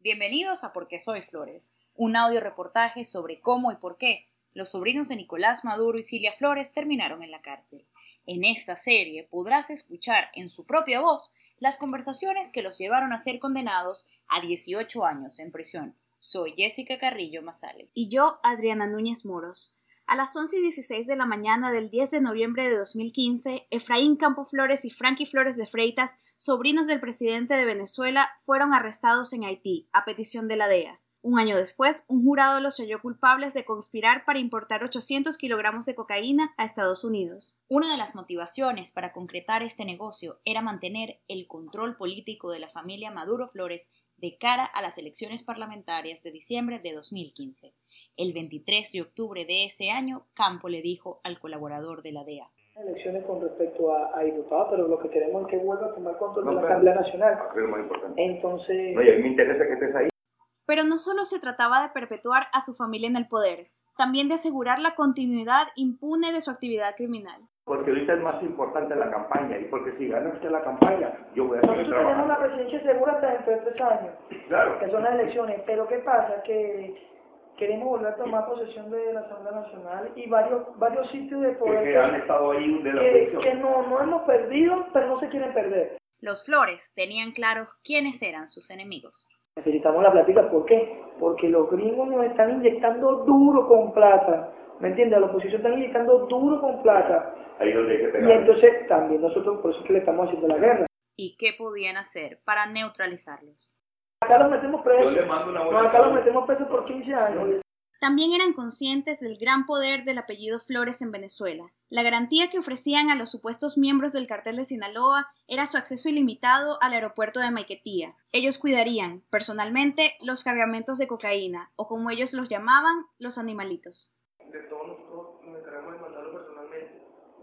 Bienvenidos a Porque Soy Flores, un audio reportaje sobre cómo y por qué los sobrinos de Nicolás Maduro y Cilia Flores terminaron en la cárcel. En esta serie podrás escuchar en su propia voz las conversaciones que los llevaron a ser condenados a 18 años en prisión. Soy Jessica Carrillo Mazale. Y yo, Adriana Núñez Moros. A las 11:16 de la mañana del 10 de noviembre de 2015, Efraín Campo Flores y Frankie Flores de Freitas, sobrinos del presidente de Venezuela, fueron arrestados en Haití, a petición de la DEA. Un año después, un jurado los halló culpables de conspirar para importar 800 kilogramos de cocaína a Estados Unidos. Una de las motivaciones para concretar este negocio era mantener el control político de la familia Maduro Flores de cara a las elecciones parlamentarias de diciembre de 2015. El 23 de octubre de ese año, Campo le dijo al colaborador de la DEA: elecciones con respecto a diputados, pero lo que queremos es que vuelva a tomar control de la Asamblea Nacional. Es lo más importante. Entonces... No, y a mí me interesa que estés ahí. Pero no solo se trataba de perpetuar a su familia en el poder, también de asegurar la continuidad impune de su actividad criminal. Porque ahorita es más importante la campaña, y porque si gana usted la campaña, yo voy a seguir nosotros tenemos trabajando. una presidencia segura hasta dentro de 3 años, Claro. que son las elecciones, pero ¿qué pasa? Que queremos volver a tomar posesión de la Asamblea Nacional y varios sitios de poder Que han estado ahí de la oposición. que no hemos perdido, pero no se quieren perder. Los Flores tenían claro quiénes eran sus enemigos. Necesitamos la plática, ¿por qué? Porque los gringos nos están inyectando duro con plata, ¿me entiendes? A la oposición están inyectando duro con plata. Ahí donde hay que pegar. Y entonces también nosotros por eso es que le estamos haciendo la guerra. ¿Y qué podían hacer para neutralizarlos? Acá los metemos presos. Yo le mando una buena... No, acá los metemos presos por 15 años. También eran conscientes del gran poder del apellido Flores en Venezuela. La garantía que ofrecían a los supuestos miembros del cartel de Sinaloa era su acceso ilimitado al aeropuerto de Maiquetía. Ellos cuidarían, personalmente, los cargamentos de cocaína, o como ellos los llamaban, los animalitos. De todos nosotros nos encargamos de mandarlo personalmente.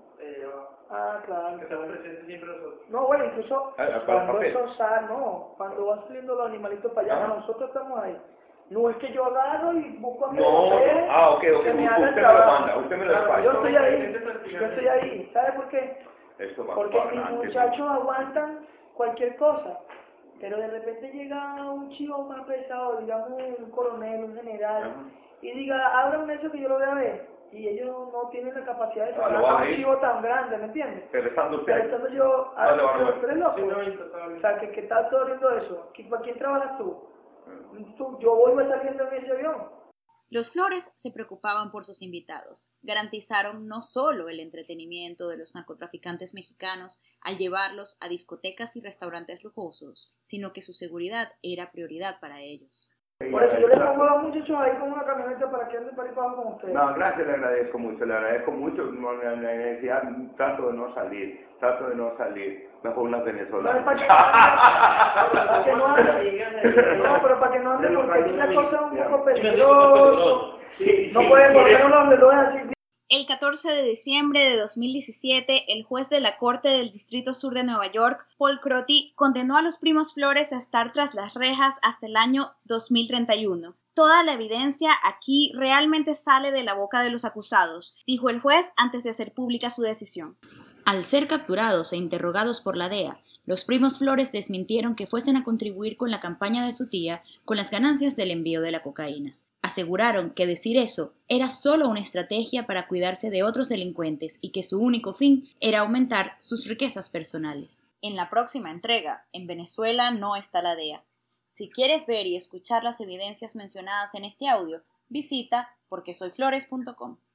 Claro. Que estamos presentes siempre nosotros. No, bueno, incluso cuando eso sale, cuando van saliendo los animalitos para allá, nosotros estamos ahí. No es que yo agarro y busco a mi mujer, ok, que me haga usted el me lo trabajo. manda, usted me lo despacha. Yo estoy ahí, ¿sabe por qué? Porque mis muchachos aguantan cualquier cosa, pero de repente llega un chivo más pesado, digamos un coronel, un general, y diga, ábrame eso que yo lo voy a ver. Y ellos no tienen la capacidad de sacar un chivo tan grande, ¿me entiendes? Pero estando usted Pero yo, tú eres loco. O sea, que estás todo viendo eso. ¿Para quién trabajas tú? Yo voy saliendo en ese avión. Los Flores se preocupaban por sus invitados. Garantizaron no solo el entretenimiento de los narcotraficantes mexicanos al llevarlos a discotecas y restaurantes lujosos, sino que su seguridad era prioridad para ellos. Por eso yo les pongo a los muchachos ahí con una camioneta para que anden para ir para abajo con ustedes. No, gracias, le agradezco mucho. La necesidad, trato de no salir. Mejor una venezolana. No, para que no anden, porque esta cosa es un poco peligrosa. No pueden volver donde lo vean así. El 14 de diciembre de 2017, el juez de la Corte del Distrito Sur de Nueva York, Paul Crotty, condenó a los primos Flores a estar tras las rejas hasta el año 2031. Toda la evidencia aquí realmente sale de la boca de los acusados, dijo el juez antes de hacer pública su decisión. Al ser capturados e interrogados por la DEA, los primos Flores desmintieron que fuesen a contribuir con la campaña de su tía con las ganancias del envío de la cocaína. Aseguraron que decir eso era solo una estrategia para cuidarse de otros delincuentes y que su único fin era aumentar sus riquezas personales. En la próxima entrega, En Venezuela no está la DEA. Si quieres ver y escuchar las evidencias mencionadas en este audio, visita porquesoyflores.com.